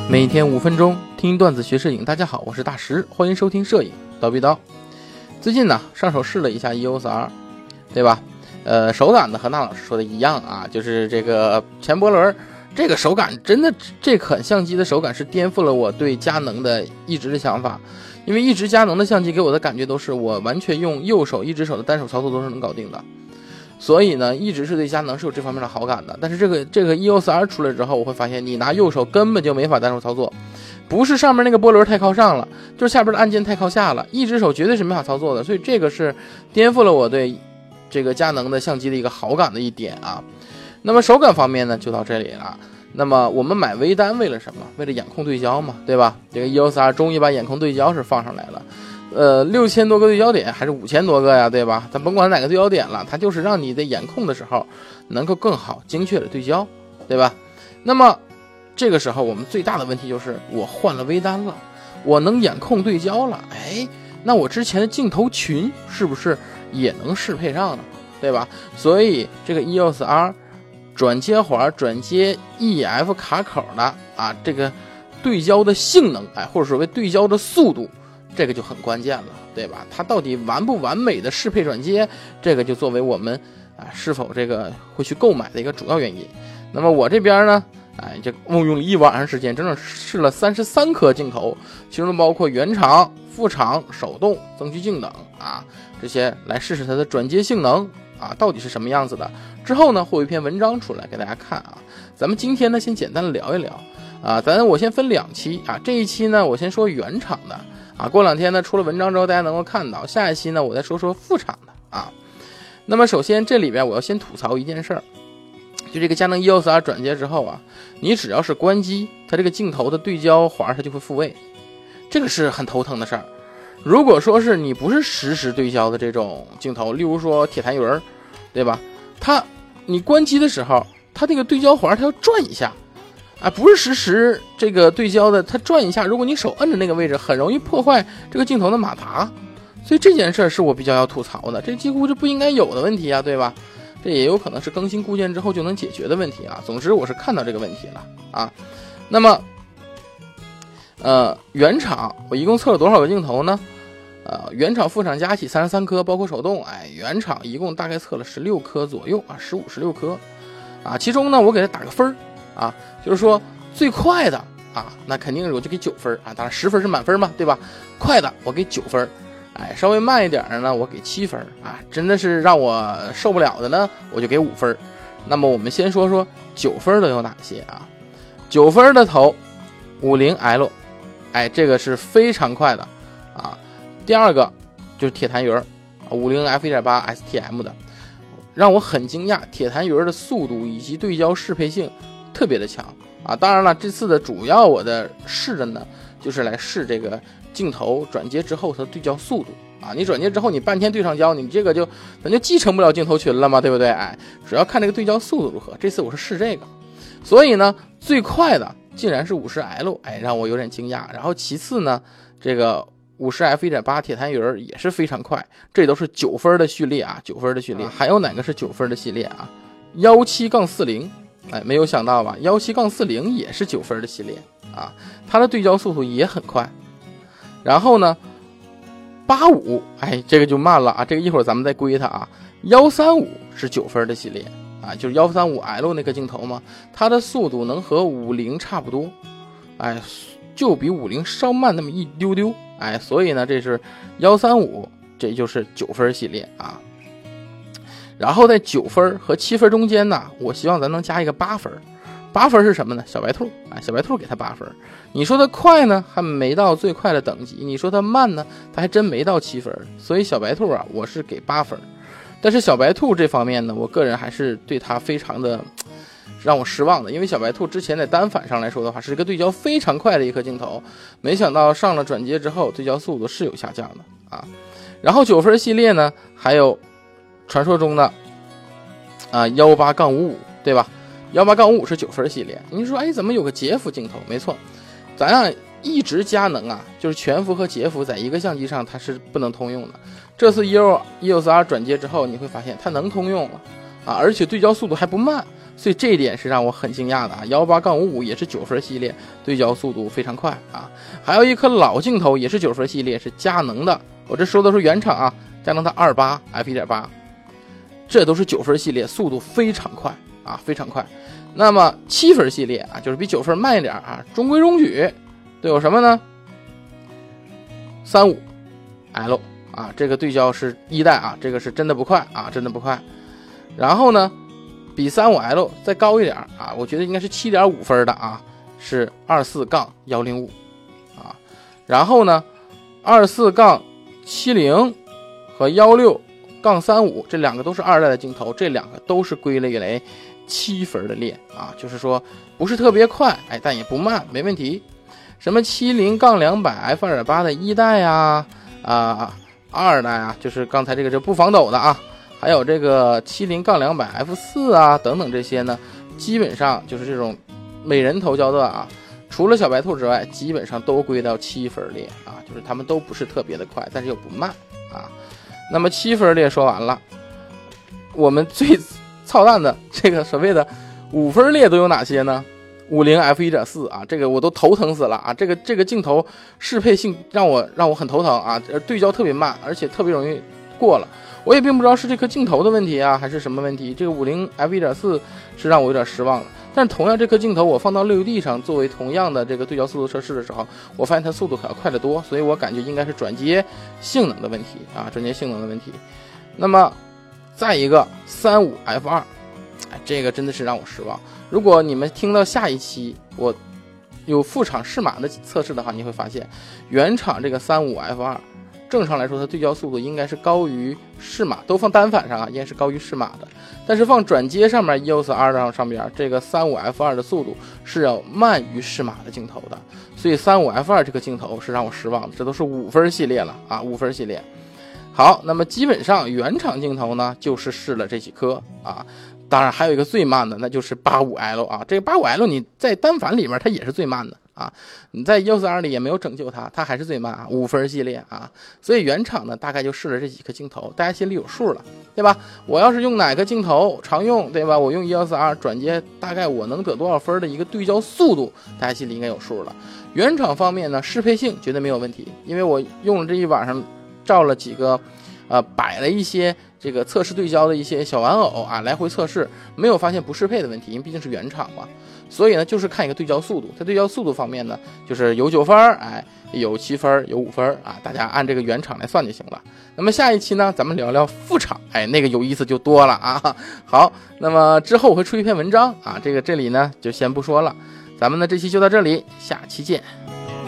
每天5分钟听段子学摄影，大家好，我是大石，欢迎收听摄影叨逼叨。最近呢，上手试了一下 EOS R， 对吧？手感呢和那老师说的一样啊，就是这个前波轮，这个手感真的，这款相机的手感是颠覆了我对佳能的一直的想法。因为一直佳能的相机给我的感觉都是我完全用右手一只手的单手操作都是能搞定的，所以呢一直是对佳能是有这方面的好感的。但是这个 EOS R 出来之后，我会发现你拿右手根本就没法单手操作，不是上面那个波轮太靠上了，就是下边的按键太靠下了，一只手绝对是没法操作的。所以这个是颠覆了我对这个佳能的相机的一个好感的一点啊。那么手感方面呢就到这里了。那么我们买微单为了什么？为了眼控对焦嘛，对吧？这个 EOS R 终于把眼控对焦是放上来了，6000多个对焦点还是5000多个呀，对吧？咱甭管哪个对焦点了，它就是让你在眼控的时候能够更好精确的对焦，对吧？那么这个时候我们最大的问题就是我换了微单了，我能眼控对焦了，那我之前的镜头群是不是也能适配上呢？对吧？所以这个 EOS R 转接环、转接 EF 卡口的啊，这个对焦的性能，或者说对焦的速度，这个就很关键了，对吧？它到底完不完美的适配转接，这个就作为我们是否这个会去购买的一个主要原因。那么我这边呢，这用了一晚上时间，整整试了33颗镜头，其中包括原厂、副厂、手动、增距镜等啊，这些来试试它的转接性能啊，到底是什么样子的。之后呢，会有一篇文章出来给大家看啊。咱们今天呢，先简单的聊一聊啊。我先分2期啊。这一期呢，我先说原厂的啊。过2天呢，出了文章之后，大家能够看到。下一期呢，我再说说副厂的啊。那么首先这里边我要先吐槽一件事儿，就这个佳能 EOS R 转接之后啊，你只要是关机，它这个镜头的对焦环它就会复位，这个是很头疼的事儿。如果说是你不是实时对焦的这种镜头，例如说铁弹鱼，对吧？你关机的时候，它这个对焦环它要转一下，不是实时这个对焦的，它转一下，如果你手摁着那个位置，很容易破坏这个镜头的马达。所以这件事是我比较要吐槽的，这几乎是不应该有的问题啊，对吧？这也有可能是更新固件之后就能解决的问题啊。总之我是看到这个问题了啊。那么原厂我一共测了多少个镜头呢？原厂副厂加起33颗，包括手动，原厂一共大概测了16颗左右啊，15、16颗啊。其中呢，我给它打个分啊，就是说最快的啊，那肯定我就给9分啊，当然10分是满分嘛，对吧？快的我给9分，稍微慢一点的呢，我给7分啊。真的是让我受不了的呢，我就给5分。那么我们先说说9分的有哪些啊？9分的头50L，这个是非常快的啊。第二个就是铁弹鱼50F1.8 STM 的，让我很惊讶，铁弹鱼的速度以及对焦适配性特别的强啊。当然了，这次的主要我的试的呢，就是来试这个镜头转接之后它的对焦速度啊。你转接之后你半天对上焦，你这个咱就继承不了镜头群了嘛，对不对？主要看这个对焦速度如何。这次我是试这个，所以呢，最快的竟然是50L，让我有点惊讶。然后其次呢，这个50F1.8 铁弹鱼也是非常快，这都是9分的序列啊，9分的序列。还有哪个是9分的系列啊？17-40，没有想到吧？17-40也是9分的系列啊，它的对焦速度也很快。然后呢，85，这个就慢了啊，这个一会儿咱们再归它啊。135是9分的系列啊，就是 135L 那个镜头嘛，它的速度能和50差不多，就比50稍慢那么一丢丢，所以呢，这是135，这就是9分系列啊。然后在9分和7分中间呢，我希望咱能加一个8分。8分是什么呢？小白兔，小白兔给它8分。你说它快呢，还没到最快的等级；你说它慢呢，它还真没到7分。所以小白兔啊，我是给8分。但是小白兔这方面呢，我个人还是对它非常的让我失望的，因为小白兔之前在单反上来说的话，是一个对焦非常快的一颗镜头，没想到上了转接之后，对焦速度是有下降的啊。然后9分系列呢，还有传说中的18-55，对吧？18-55是9分系列。你说怎么有个截幅镜头？没错，咱一直佳能啊，就是全幅和截幅在一个相机上它是不能通用的。这次 EOS R 转接之后，你会发现它能通用了啊，而且对焦速度还不慢。 所以这一点是让我很惊讶的啊。18-55也是9分系列，对焦速度非常快啊。还有一颗老镜头也是9分系列，是佳能的，我这说的是原厂啊，佳能的28 f1.8，这都是9分系列，速度非常快啊，非常快。那么7分系列啊，就是比9分慢一点啊，中规中矩，都有什么呢？35L 啊，这个对焦是1代啊，这个是真的不快啊，真的不快。然后呢，比 35L 再高一点啊，我觉得应该是 7.5 分的啊，是 24-105 啊。然后呢 24-70 和 16-35这两个都是2代的镜头，这两个都是归类为7分的列啊，就是说不是特别快，哎，但也不慢，没问题。什么70-200 f2.8 的1代呀，2代啊，就是刚才这个不防抖的啊，还有这个70-200 f4 啊等等这些呢，基本上就是这种美人头焦段啊，除了小白兔之外，基本上都归到7分列啊，就是他们都不是特别的快，但是又不慢啊。那么7分列说完了，我们最操蛋的这个所谓的5分列都有哪些呢？50 f1.4 啊，这个我都头疼死了啊！这个镜头适配性让我很头疼啊，对焦特别慢，而且特别容易过了。我也并不知道是这颗镜头的问题啊，还是什么问题。这个50 f1.4 是让我有点失望了。但是同样这颗镜头我放到 6D 上作为同样的这个对焦速度测试的时候，我发现它速度可要快得多，所以我感觉应该是转接性能的问题啊，转接性能的问题。那么再一个 35 f2， 这个真的是让我失望。如果你们听到下一期我有副厂适马的测试的话，你会发现原厂这个35 f2 正常来说它对焦速度应该是高于适马，都放单反上啊，应该是高于适马的，但是放转接上面 EOS R 上面这个35 f2 的速度是要慢于适马的镜头的，所以35 f2 这个镜头是让我失望的。这都是5分系列了啊，5分系列。好，那么基本上原厂镜头呢就是试了这几颗啊，当然还有一个最慢的，那就是 85L 啊，这个 85L 你在单反里面它也是最慢的啊，你在 EOS R 里也没有拯救它还是最慢啊，5分系列啊。所以原厂呢大概就试了这几颗镜头，大家心里有数了，对吧？我要是用哪个镜头常用，对吧？我用 EOS R 转接，大概我能得多少分的一个对焦速度，大家心里应该有数了。原厂方面呢，适配性绝对没有问题，因为我用了这一晚上照了几个摆了一些这个测试对焦的一些小玩偶啊，来回测试，没有发现不适配的问题，因为毕竟是原厂嘛。所以呢，就是看一个对焦速度，在对焦速度方面呢，就是有9分，哎，有7分，有5分啊，大家按这个原厂来算就行了。那么下一期呢，咱们聊聊副厂，哎，那个有意思就多了啊。好，那么之后我会出一篇文章啊，这里呢就先不说了，咱们呢这期就到这里，下期见。